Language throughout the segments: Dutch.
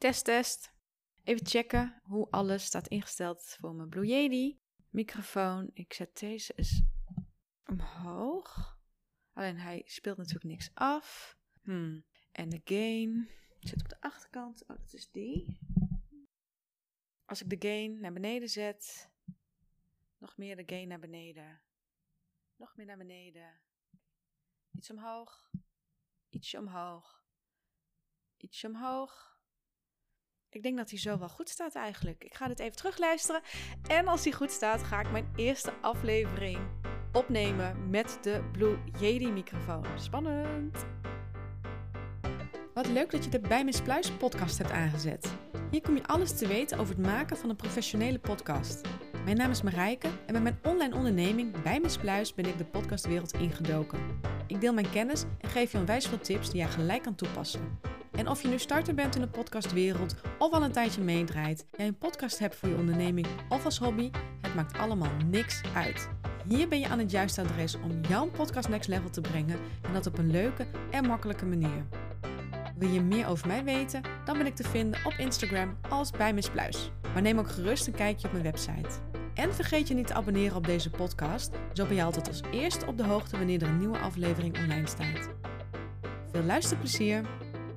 Test. Even checken hoe alles staat ingesteld voor mijn Blue Yeti microfoon. Ik zet deze eens omhoog. Alleen hij speelt natuurlijk niks af. En de gain zit op de achterkant. Oh, dat is die. Als ik de gain naar beneden zet. Nog meer de gain naar beneden. Nog meer naar beneden. Iets omhoog. Ietsje omhoog. Ietsje omhoog. Ik denk dat hij zo wel goed staat eigenlijk. Ik ga dit even terugluisteren. En als hij goed staat, ga ik mijn eerste aflevering opnemen met de Blue Yeti microfoon. Spannend! Wat leuk dat je de Bij Miss Pluis podcast hebt aangezet. Hier kom je alles te weten over het maken van een professionele podcast. Mijn naam is Marijke en met mijn online onderneming Bij Miss Pluis ben ik de podcastwereld ingedoken. Ik deel mijn kennis en geef je onwijs veel tips die jij gelijk kan toepassen. En of je nu starter bent in de podcastwereld of al een tijdje meedraait, jij een podcast hebt voor je onderneming of als hobby, het maakt allemaal niks uit. Hier ben je aan het juiste adres om jouw podcast next level te brengen en dat op een leuke en makkelijke manier. Wil je meer over mij weten? Dan ben ik te vinden op Instagram als Bij Miss Pluis. Maar neem ook gerust een kijkje op mijn website. En vergeet je niet te abonneren op deze podcast, zo ben je altijd als eerste op de hoogte wanneer er een nieuwe aflevering online staat. Veel luisterplezier!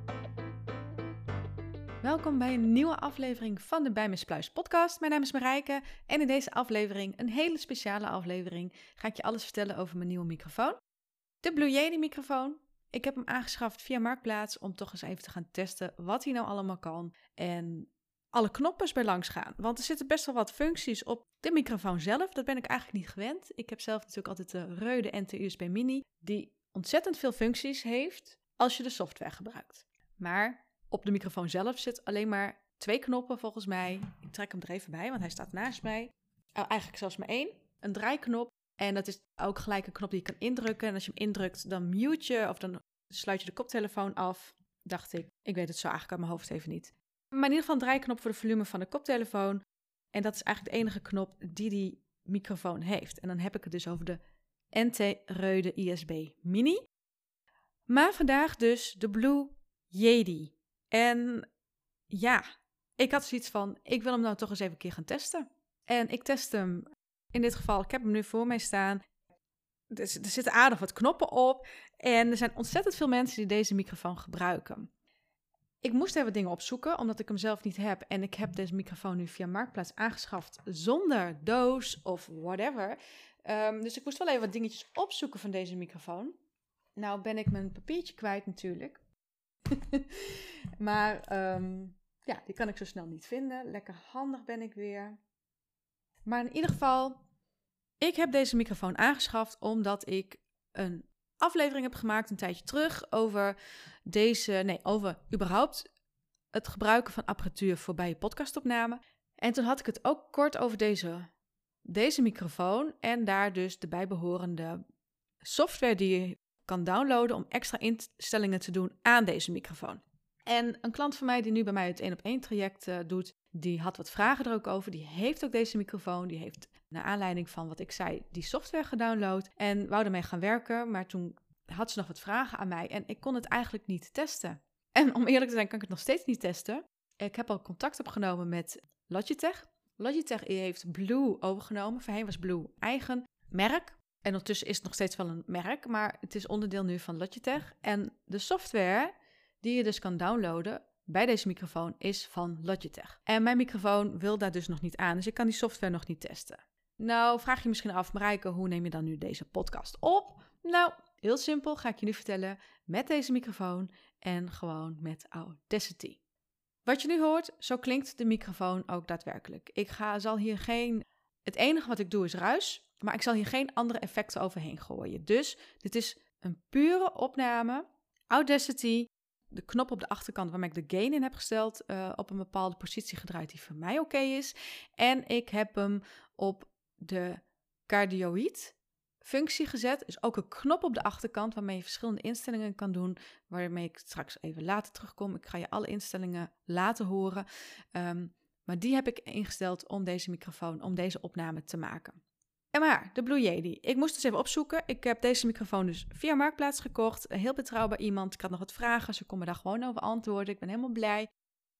Welkom bij een nieuwe aflevering van de Bij Miss Pluis podcast. Mijn naam is Marijke en in deze aflevering, een hele speciale aflevering, ga ik je alles vertellen over mijn nieuwe microfoon. De Blue Yeti microfoon. Ik heb hem aangeschaft via Marktplaats om toch eens even te gaan testen wat hij nou allemaal kan. En alle knoppen bij langs gaan. Want er zitten best wel wat functies op de microfoon zelf. Dat ben ik eigenlijk niet gewend. Ik heb zelf natuurlijk altijd de Rode NT-USB Mini, die ontzettend veel functies heeft als je de software gebruikt. Maar op de microfoon zelf zit alleen maar 2 knoppen volgens mij. Ik trek hem er even bij, want hij staat naast mij. Eigenlijk zelfs maar 1. Een draaiknop. En dat is ook gelijk een knop die je kan indrukken. En als je hem indrukt, dan mute je of dan sluit je de koptelefoon af. Dacht ik. Ik weet het zo eigenlijk uit mijn hoofd even niet. Maar in ieder geval een draaiknop voor de volume van de koptelefoon. En dat is eigenlijk de enige knop die microfoon heeft. En dan heb ik het dus over de NT Rode ISB Mini. Maar vandaag dus de Blue Yeti. En ja, ik had zoiets van, ik wil hem nou toch eens even een keer gaan testen. En ik test hem, in dit geval, ik heb hem nu voor mij staan. Er zitten aardig wat knoppen op. En er zijn ontzettend veel mensen die deze microfoon gebruiken. Ik moest even dingen opzoeken, omdat ik hem zelf niet heb. En ik heb deze microfoon nu via Marktplaats aangeschaft zonder doos of whatever. Dus ik moest wel even wat dingetjes opzoeken van deze microfoon. Nou ben ik mijn papiertje kwijt natuurlijk. Maar ja, die kan ik zo snel niet vinden. Lekker handig ben ik weer. Maar in ieder geval, ik heb deze microfoon aangeschaft omdat ik een aflevering heb gemaakt een tijdje terug over over überhaupt het gebruiken van apparatuur voor bij je podcastopname. En toen had ik het ook kort over deze microfoon en daar dus de bijbehorende software die je kan downloaden om extra instellingen te doen aan deze microfoon. En een klant van mij die nu bij mij het 1-op-1 traject doet, die had wat vragen er ook over. Die heeft ook deze microfoon. Die heeft naar aanleiding van wat ik zei die software gedownload en wou ermee gaan werken. Maar toen had ze nog wat vragen aan mij en ik kon het eigenlijk niet testen. En om eerlijk te zijn kan ik het nog steeds niet testen. Ik heb al contact opgenomen met Logitech. Logitech heeft Blue overgenomen. Voorheen was Blue eigen merk. En ondertussen is het nog steeds wel een merk, maar het is onderdeel nu van Logitech. En de software die je dus kan downloaden bij deze microfoon is van Logitech. En mijn microfoon wil daar dus nog niet aan, dus ik kan die software nog niet testen. Nou, vraag je misschien af, Marijke, hoe neem je dan nu deze podcast op? Nou, heel simpel, ga ik je nu vertellen, met deze microfoon en gewoon met Audacity. Wat je nu hoort, zo klinkt de microfoon ook daadwerkelijk. Het enige wat ik doe is ruis, maar ik zal hier geen andere effecten overheen gooien. Dus dit is een pure opname, Audacity, de knop op de achterkant waarmee ik de gain in heb gesteld, op een bepaalde positie gedraaid die voor mij oké is. En ik heb hem op de cardioid functie gezet. Dus ook een knop op de achterkant waarmee je verschillende instellingen kan doen, waarmee ik straks even later terugkom. Ik ga je alle instellingen laten horen. Maar die heb ik ingesteld om deze opname te maken. En maar, de Blue Yeti. Ik moest dus even opzoeken. Ik heb deze microfoon dus via Marktplaats gekocht. Heel betrouwbaar iemand. Ik had nog wat vragen. Ze kon me daar gewoon over antwoorden. Ik ben helemaal blij.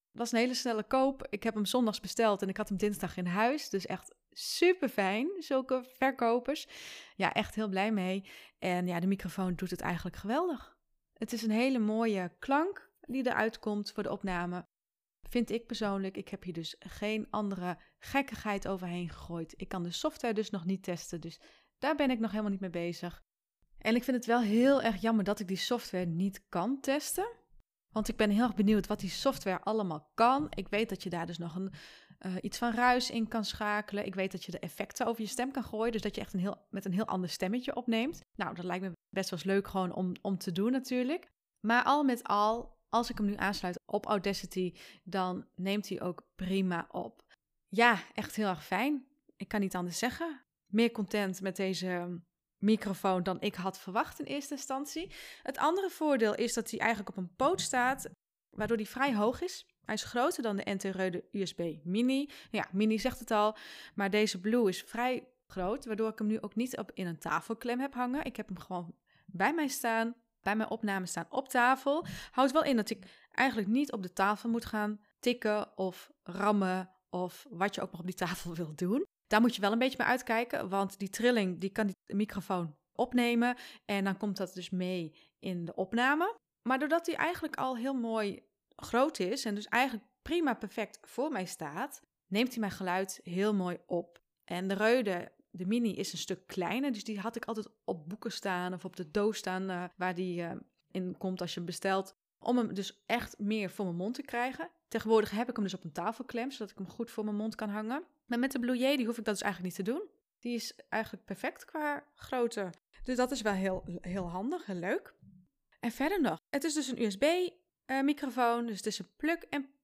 Dat was een hele snelle koop. Ik heb hem zondags besteld en ik had hem dinsdag in huis. Dus echt super fijn, zulke verkopers. Ja, echt heel blij mee. En ja, de microfoon doet het eigenlijk geweldig. Het is een hele mooie klank die eruit komt voor de opname. Vind ik persoonlijk. Ik heb hier dus geen andere gekkigheid overheen gegooid. Ik kan de software dus nog niet testen. Dus daar ben ik nog helemaal niet mee bezig. En ik vind het wel heel erg jammer dat ik die software niet kan testen. Want ik ben heel erg benieuwd wat die software allemaal kan. Ik weet dat je daar dus nog iets van ruis in kan schakelen. Ik weet dat je de effecten over je stem kan gooien. Dus dat je echt met een heel ander stemmetje opneemt. Nou, dat lijkt me best wel eens leuk gewoon om te doen natuurlijk. Maar al met al, als ik hem nu aansluit op Audacity, dan neemt hij ook prima op. Ja, echt heel erg fijn. Ik kan niet anders zeggen. Meer content met deze microfoon dan ik had verwacht in eerste instantie. Het andere voordeel is dat hij eigenlijk op een poot staat, waardoor hij vrij hoog is. Hij is groter dan de NT Rode USB Mini. Ja, Mini zegt het al, maar deze Blue is vrij groot, waardoor ik hem nu ook niet in een tafelklem heb hangen. Ik heb hem gewoon bij mij staan, bij mijn opname staan op tafel. Houdt wel in dat ik eigenlijk niet op de tafel moet gaan tikken of rammen of wat je ook nog op die tafel wil doen. Daar moet je wel een beetje mee uitkijken, want die trilling die kan die microfoon opnemen en dan komt dat dus mee in de opname. Maar doordat hij eigenlijk al heel mooi groot is en dus eigenlijk prima perfect voor mij staat, neemt hij mijn geluid heel mooi op. En de Rode, de Mini, is een stuk kleiner, dus die had ik altijd op boeken staan of op de doos staan waar die in komt als je hem bestelt. Om hem dus echt meer voor mijn mond te krijgen. Tegenwoordig heb ik hem dus op een tafelklem, zodat ik hem goed voor mijn mond kan hangen. Maar met de Blue Yeti hoef ik dat dus eigenlijk niet te doen. Die is eigenlijk perfect qua grootte. Dus dat is wel heel handig en leuk. En verder nog, het is dus een USB-microfoon. Dus het is een plug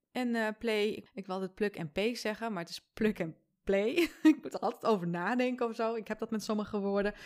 en play. Ik wil altijd plug and pay zeggen, maar het is plug and play. Ik moet er altijd over nadenken of zo. Ik heb dat met sommige woorden.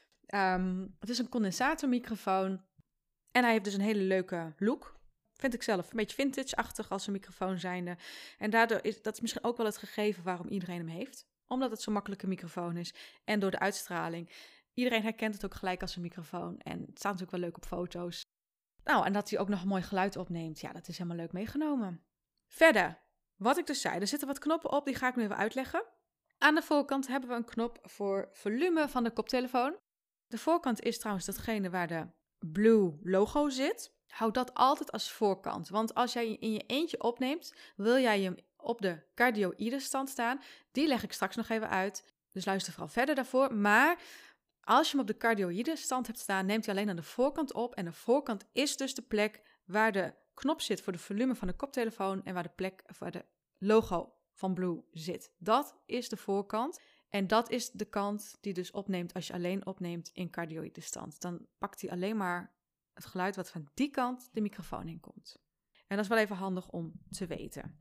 Het is een condensatormicrofoon. En hij heeft dus een hele leuke look. Vind ik zelf een beetje vintage-achtig als een microfoon zijnde. En daardoor is dat misschien ook wel het gegeven waarom iedereen hem heeft. Omdat het zo'n makkelijke microfoon is. En door de uitstraling. Iedereen herkent het ook gelijk als een microfoon. En het staat natuurlijk wel leuk op foto's. Nou, en dat hij ook nog een mooi geluid opneemt. Ja, dat is helemaal leuk meegenomen. Verder, wat ik dus zei. Er zitten wat knoppen op, die ga ik nu even uitleggen. Aan de voorkant hebben we een knop voor volume van de koptelefoon. De voorkant is trouwens datgene waar de Blue logo zit. Houd dat altijd als voorkant. Want als jij in je eentje opneemt, wil jij hem op de cardioïde stand staan. Die leg ik straks nog even uit. Dus luister vooral verder daarvoor. Maar als je hem op de cardioïde stand hebt staan, neemt hij alleen aan de voorkant op. En de voorkant is dus de plek waar de knop zit voor de volume van de koptelefoon. En waar de plek waar de logo van Blue zit. Dat is de voorkant. En dat is de kant die dus opneemt als je alleen opneemt in cardioïde stand. Dan pakt hij alleen maar het geluid wat van die kant de microfoon in komt. En dat is wel even handig om te weten.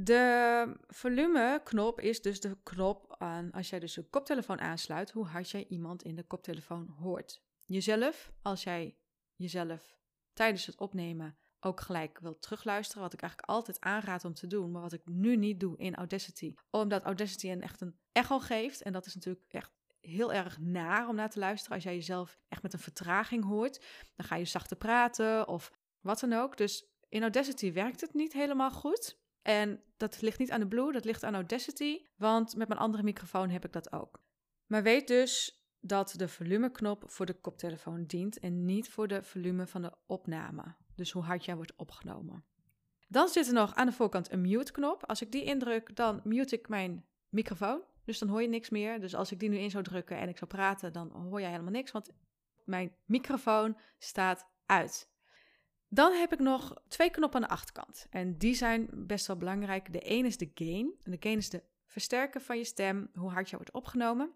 De volumeknop is dus de knop aan als jij dus een koptelefoon aansluit, hoe hard jij iemand in de koptelefoon hoort. Jezelf, als jij jezelf tijdens het opnemen ook gelijk wilt terugluisteren, wat ik eigenlijk altijd aanraad om te doen, maar wat ik nu niet doe in Audacity, omdat Audacity echt een echo geeft en dat is natuurlijk echt heel erg naar om naar te luisteren. Als jij jezelf echt met een vertraging hoort, dan ga je zachter praten of wat dan ook. Dus in Audacity werkt het niet helemaal goed. En dat ligt niet aan de Blue, dat ligt aan Audacity, want met mijn andere microfoon heb ik dat ook. Maar weet dus dat de volumeknop voor de koptelefoon dient en niet voor de volume van de opname. Dus hoe hard jij wordt opgenomen. Dan zit er nog aan de voorkant een mute-knop. Als ik die indruk, dan mute ik mijn microfoon. Dus dan hoor je niks meer. Dus als ik die nu in zou drukken en ik zou praten, dan hoor je helemaal niks, want mijn microfoon staat uit. Dan heb ik nog 2 knoppen aan de achterkant. En die zijn best wel belangrijk. De ene is de gain. En de gain is de versterker van je stem, hoe hard je wordt opgenomen.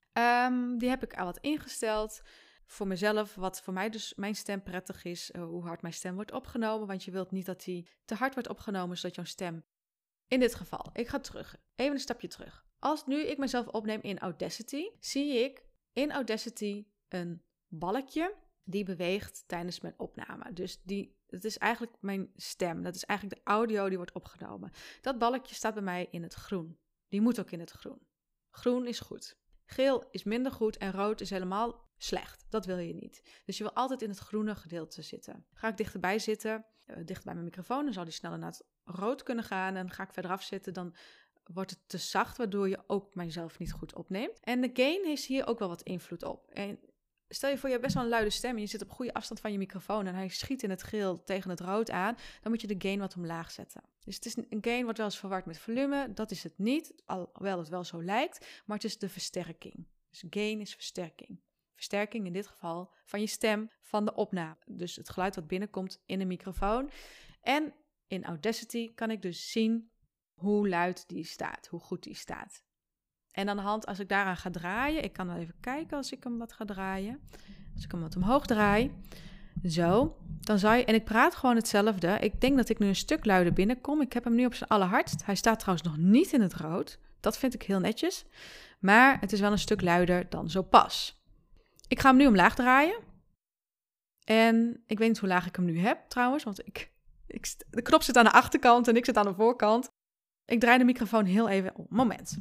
Die heb ik al wat ingesteld voor mezelf, wat voor mij dus mijn stem prettig is, hoe hard mijn stem wordt opgenomen. Want je wilt niet dat die te hard wordt opgenomen, zodat jouw stem, in dit geval, ik ga terug, even een stapje terug. Als nu ik mezelf opneem in Audacity, zie ik in Audacity een balkje die beweegt tijdens mijn opname. Dus dat is eigenlijk mijn stem. Dat is eigenlijk de audio die wordt opgenomen. Dat balkje staat bij mij in het groen. Die moet ook in het groen. Groen is goed. Geel is minder goed en rood is helemaal slecht. Dat wil je niet. Dus je wil altijd in het groene gedeelte zitten. Ga ik dichterbij zitten, dicht bij mijn microfoon, dan zal die sneller naar het rood kunnen gaan en ga ik verder afzitten, dan wordt het te zacht, waardoor je ook mijzelf niet goed opneemt. En de gain heeft hier ook wel wat invloed op. En stel je voor, je hebt best wel een luide stem en je zit op goede afstand van je microfoon en hij schiet in het geel tegen het rood aan, dan moet je de gain wat omlaag zetten. Dus het is een gain wordt wel eens verward met volume, dat is het niet, alhoewel het wel zo lijkt, maar het is de versterking. Dus gain is versterking. Versterking in dit geval van je stem, van de opname. Dus het geluid wat binnenkomt in de microfoon. En in Audacity kan ik dus zien hoe luid die staat, hoe goed die staat. En aan de hand, als ik daaraan ga draaien, ik kan wel even kijken als ik hem wat ga draaien. Als ik hem wat omhoog draai, zo, dan zou je, en ik praat gewoon hetzelfde. Ik denk dat ik nu een stuk luider binnenkom. Ik heb hem nu op zijn allerhardst. Hij staat trouwens nog niet in het rood. Dat vind ik heel netjes. Maar het is wel een stuk luider dan zo pas. Ik ga hem nu omlaag draaien. En ik weet niet hoe laag ik hem nu heb trouwens, want de knop zit aan de achterkant en ik zit aan de voorkant. Ik draai de microfoon heel even op. Moment.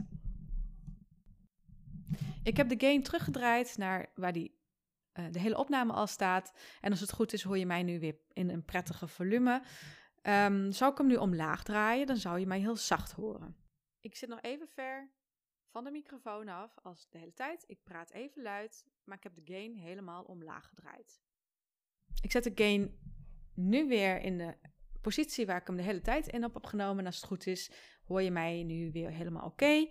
Ik heb de gain teruggedraaid naar waar de hele opname al staat. En als het goed is, hoor je mij nu weer in een prettige volume. Zou ik hem nu omlaag draaien, dan zou je mij heel zacht horen. Ik zit nog even ver van de microfoon af als de hele tijd. Ik praat even luid, maar ik heb de gain helemaal omlaag gedraaid. Ik zet de gain nu weer in de positie waar ik hem de hele tijd in heb opgenomen. En als het goed is, hoor je mij nu weer helemaal oké.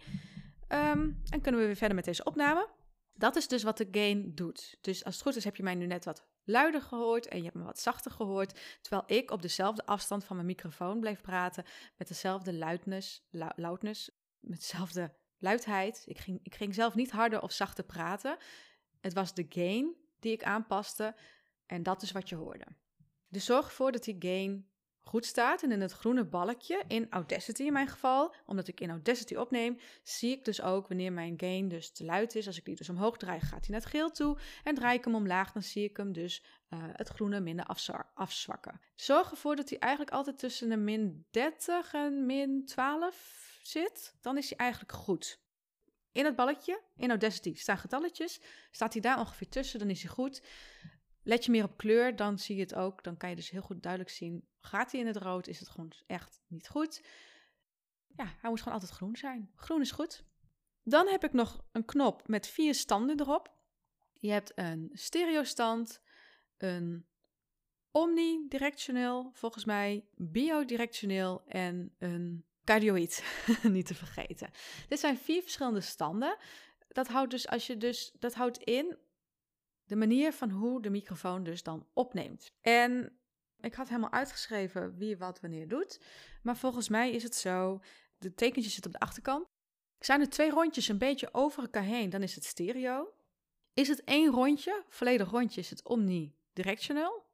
En kunnen we weer verder met deze opname. Dat is dus wat de gain doet. Dus als het goed is, heb je mij nu net wat luider gehoord en je hebt me wat zachter gehoord. Terwijl ik op dezelfde afstand van mijn microfoon bleef praten met dezelfde loudness, met dezelfde luidheid. Ik ging zelf niet harder of zachter praten. Het was de gain die ik aanpaste en dat is wat je hoorde. Dus zorg ervoor dat die gain goed staat. En in het groene balkje, in Audacity in mijn geval, omdat ik in Audacity opneem, zie ik dus ook wanneer mijn gain dus te luid is. Als ik die dus omhoog draai, gaat hij naar het geel toe. En draai ik hem omlaag, dan zie ik hem dus het groene minder afzwakken. Zorg ervoor dat hij eigenlijk altijd tussen de min 30 en min 12 zit. Dan is hij eigenlijk goed. In het balkje, in Audacity, staan getalletjes. Staat hij daar ongeveer tussen, dan is hij goed. Let je meer op kleur, dan zie je het ook. Dan kan je dus heel goed duidelijk zien, gaat hij in het rood, is het gewoon echt niet goed. Ja, hij moet gewoon altijd groen zijn. Groen is goed. Dan heb ik nog een knop met 4 standen erop. Je hebt een stereostand, een omnidirectioneel, volgens mij biodirectioneel en een cardioïd, niet te vergeten. Dit zijn 4 verschillende standen. Dat houdt in de manier van hoe de microfoon dus dan opneemt. En ik had helemaal uitgeschreven wie wat wanneer doet. Maar volgens mij is het zo, de tekentjes zitten op de achterkant. Zijn er 2 rondjes een beetje over elkaar heen, dan is het stereo. Is het 1 rondje, volledig rondje, is het omnidirectioneel.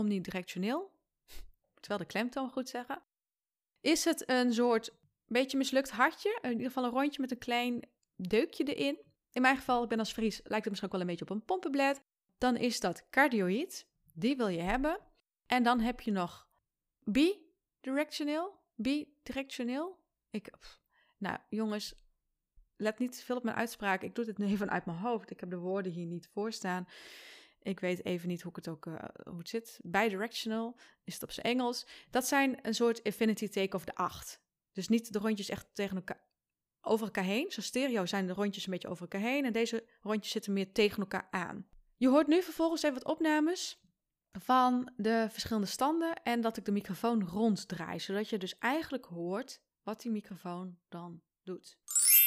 Terwijl de klemtoon goed zeggen. Is het een soort beetje mislukt hartje, in ieder geval een rondje met een klein deukje erin. In mijn geval, ik ben als Fries, lijkt het misschien ook wel een beetje op een pompenblad. Dan is dat cardioïd, die wil je hebben. En dan heb je nog bidirectioneel. Nou jongens, let niet te veel op mijn uitspraak. Ik doe dit nu even uit mijn hoofd. Ik heb de woorden hier niet voor staan. Ik weet even niet hoe het zit. Bidirectional is het op zijn Engels. Dat zijn een soort infinity take of de 8. Dus niet de rondjes echt tegen elkaar over elkaar heen. Zo stereo zijn de rondjes een beetje over elkaar heen. En deze rondjes zitten meer tegen elkaar aan. Je hoort nu vervolgens even wat opnames van de verschillende standen. En dat ik de microfoon ronddraai. Zodat je dus eigenlijk hoort wat die microfoon dan doet.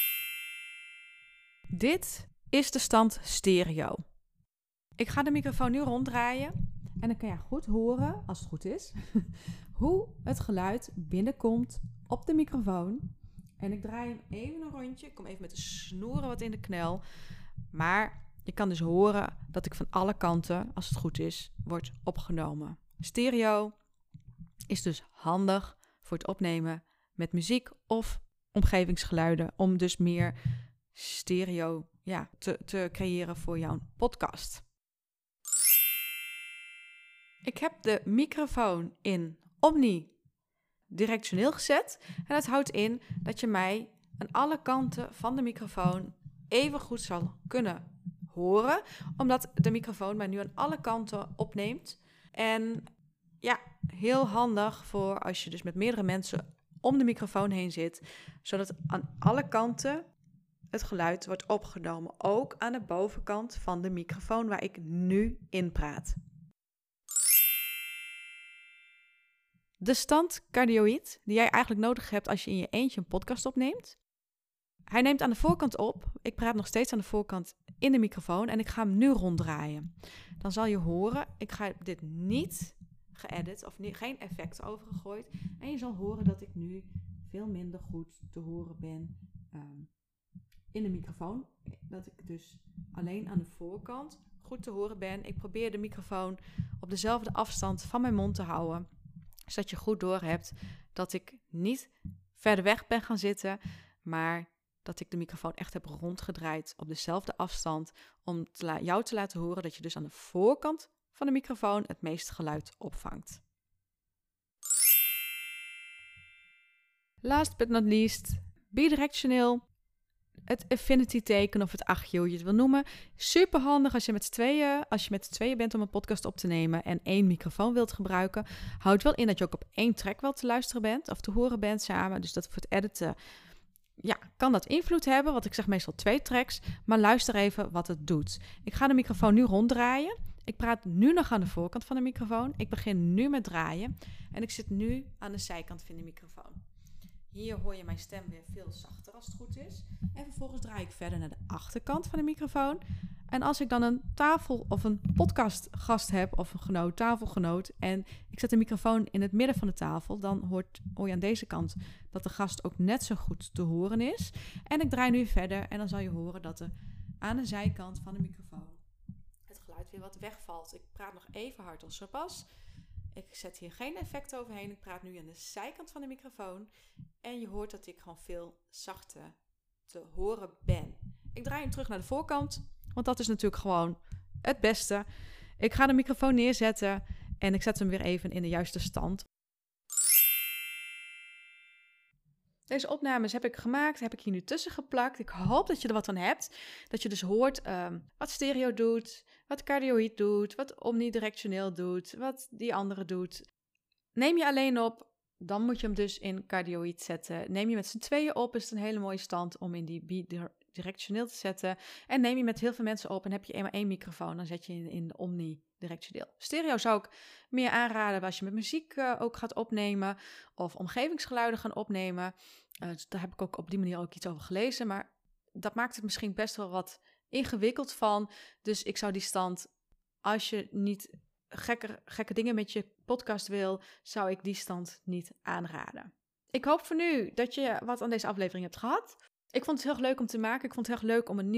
Dit is de stand stereo. Ik ga de microfoon nu ronddraaien. En dan kan je goed horen, als het goed is, hoe het geluid binnenkomt op de microfoon. En ik draai hem even een rondje. Ik kom even met de snoeren wat in de knel. Maar je kan dus horen dat ik van alle kanten, als het goed is, wordt opgenomen. Stereo is dus handig voor het opnemen met muziek of omgevingsgeluiden. Om dus meer stereo te creëren voor jouw podcast. Ik heb de microfoon in omnidirectioneel gezet. En dat houdt in dat je mij aan alle kanten van de microfoon even goed zal kunnen horen. Omdat de microfoon mij nu aan alle kanten opneemt. En ja, heel handig voor als je dus met meerdere mensen om de microfoon heen zit, zodat aan alle kanten het geluid wordt opgenomen, ook aan de bovenkant van de microfoon waar ik nu in praat. De stand cardioïd, die jij eigenlijk nodig hebt als je in je eentje een podcast opneemt. Hij neemt aan de voorkant op. Ik praat nog steeds aan de voorkant in de microfoon en ik ga hem nu ronddraaien. Dan zal je horen, ik ga dit niet geëdit of geen effecten overgegooid. En je zal horen dat ik nu veel minder goed te horen ben in de microfoon. Dat ik dus alleen aan de voorkant goed te horen ben. Ik probeer de microfoon op dezelfde afstand van mijn mond te houden. Zodat je goed doorhebt dat ik niet verder weg ben gaan zitten, maar dat ik de microfoon echt heb rondgedraaid op dezelfde afstand om jou te laten horen dat je dus aan de voorkant van de microfoon het meeste geluid opvangt. Last but not least, bidirectioneel. Het affinity teken of het achtje, hoe je het wil noemen. Super handig als je met z'n tweeën bent om een podcast op te nemen en 1 microfoon wilt gebruiken. Houd wel in dat je ook op 1 track wel te luisteren bent of te horen bent samen. Dus dat voor het editen, kan dat invloed hebben. Want ik zeg meestal 2 tracks, maar luister even wat het doet. Ik ga de microfoon nu ronddraaien. Ik praat nu nog aan de voorkant van de microfoon. Ik begin nu met draaien en ik zit nu aan de zijkant van de microfoon. Hier hoor je mijn stem weer veel zachter als het goed is. En vervolgens draai ik verder naar de achterkant van de microfoon. En als ik dan een tafel of een podcastgast heb of een tafelgenoot en ik zet de microfoon in het midden van de tafel, dan hoor je aan deze kant dat de gast ook net zo goed te horen is. En ik draai nu verder en dan zal je horen dat er aan de zijkant van de microfoon het geluid weer wat wegvalt. Ik praat nog even hard als zo pas. Ik zet hier geen effect overheen. Ik praat nu aan de zijkant van de microfoon. En je hoort dat ik gewoon veel zachter te horen ben. Ik draai hem terug naar de voorkant. Want dat is natuurlijk gewoon het beste. Ik ga de microfoon neerzetten. En ik zet hem weer even in de juiste stand. Deze opnames heb ik gemaakt. Heb ik hier nu tussen geplakt. Ik hoop dat je er wat aan hebt. Dat je dus hoort wat stereo doet. Wat cardioïd doet, wat omnidirectioneel doet, wat die andere doet. Neem je alleen op, dan moet je hem dus in cardioïd zetten. Neem je met z'n tweeën op, is het een hele mooie stand om in die bidirectioneel te zetten. En neem je met heel veel mensen op en heb je eenmaal 1 microfoon, dan zet je in de omnidirectioneel. Stereo zou ik meer aanraden als je met muziek ook gaat opnemen of omgevingsgeluiden gaan opnemen. Daar heb ik ook op die manier ook iets over gelezen, maar dat maakt het misschien best wel wat ingewikkeld van. Dus ik zou die stand, als je niet gekke dingen met je podcast wil, zou ik die stand niet aanraden. Ik hoop voor nu dat je wat aan deze aflevering hebt gehad. Ik vond het heel erg leuk om te maken. Ik vond het heel erg leuk om een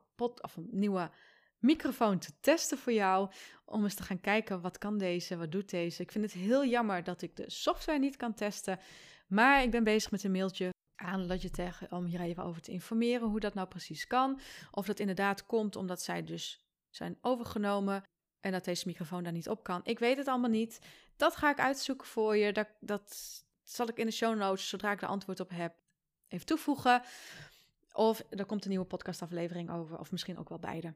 nieuwe microfoon te testen voor jou. Om eens te gaan kijken, wat kan deze, wat doet deze. Ik vind het heel jammer dat ik de software niet kan testen. Maar ik ben bezig met een mailtje aan Logitech om hier even over te informeren hoe dat nou precies kan. Of dat inderdaad komt omdat zij dus zijn overgenomen en dat deze microfoon daar niet op kan. Ik weet het allemaal niet. Dat ga ik uitzoeken voor je. Dat zal ik in de show notes, zodra ik er antwoord op heb, even toevoegen. Of er komt een nieuwe podcastaflevering over, of misschien ook wel beide.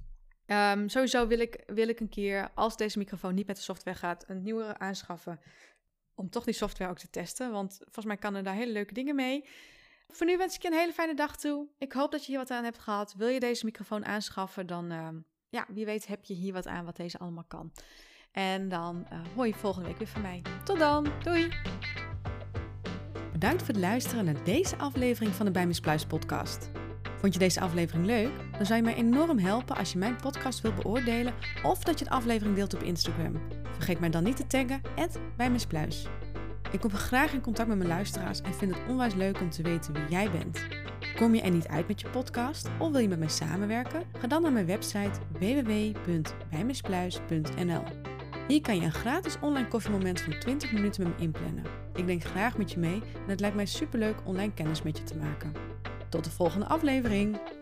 Sowieso wil ik een keer, als deze microfoon niet met de software gaat, een nieuwe aanschaffen. Om toch die software ook te testen. Want volgens mij kan er daar hele leuke dingen mee. Voor nu wens ik je een hele fijne dag toe. Ik hoop dat je hier wat aan hebt gehad. Wil je deze microfoon aanschaffen, dan wie weet heb je hier wat aan wat deze allemaal kan. En dan hoor je volgende week weer van mij. Tot dan. Doei. Bedankt voor het luisteren naar deze aflevering van de Bij Miss Pluis podcast. Vond je deze aflevering leuk? Dan zou je mij enorm helpen als je mijn podcast wilt beoordelen of dat je de aflevering deelt op Instagram. Vergeet mij dan niet te taggen @bijmisspluis. Ik kom graag in contact met mijn luisteraars en vind het onwijs leuk om te weten wie jij bent. Kom je er niet uit met je podcast of wil je met mij samenwerken? Ga dan naar mijn website www.bijmisspluis.nl. Hier kan je een gratis online koffiemoment van 20 minuten met me inplannen. Ik denk graag met je mee en het lijkt mij superleuk online kennis met je te maken. Tot de volgende aflevering!